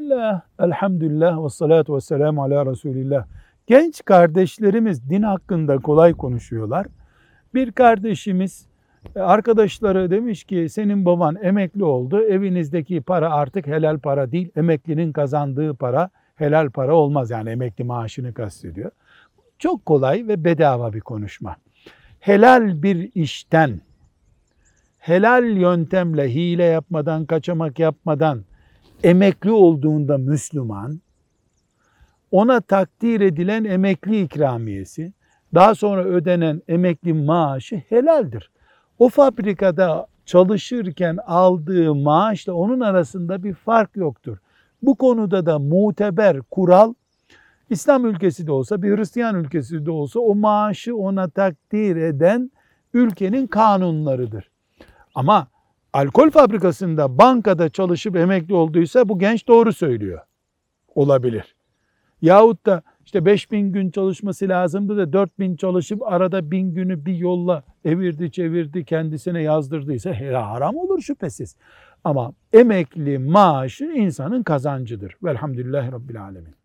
Bismillah, elhamdülillah ve salatu ve selamu ala Resulillah. Genç kardeşlerimiz din hakkında kolay konuşuyorlar. Bir kardeşimiz, arkadaşları demiş ki senin baban emekli oldu. Evinizdeki para artık helal para değil. Emeklinin kazandığı para helal para olmaz. Yani emekli maaşını kastediyor. Çok kolay ve bedava bir konuşma. Helal bir işten, helal yöntemle hile yapmadan, kaçamak yapmadan emekli olduğunda Müslüman, ona takdir edilen emekli ikramiyesi, daha sonra ödenen emekli maaşı helaldir. O fabrikada çalışırken aldığı maaşla onun arasında bir fark yoktur. Bu konuda da muteber kural, İslam ülkesi de olsa, bir Hristiyan ülkesi de olsa o maaşı ona takdir eden ülkenin kanunlarıdır. Ama alkol fabrikasında, bankada çalışıp emekli olduysa bu genç doğru söylüyor. Olabilir. Yahut da işte 5.000 gün çalışması lazımdı da 4.000 çalışıp arada 1.000 günü bir yolla evirdi çevirdi kendisine yazdırdıysa haram olur şüphesiz. Ama emekli maaşı insanın kazancıdır. Velhamdülillahi Rabbil Alemin.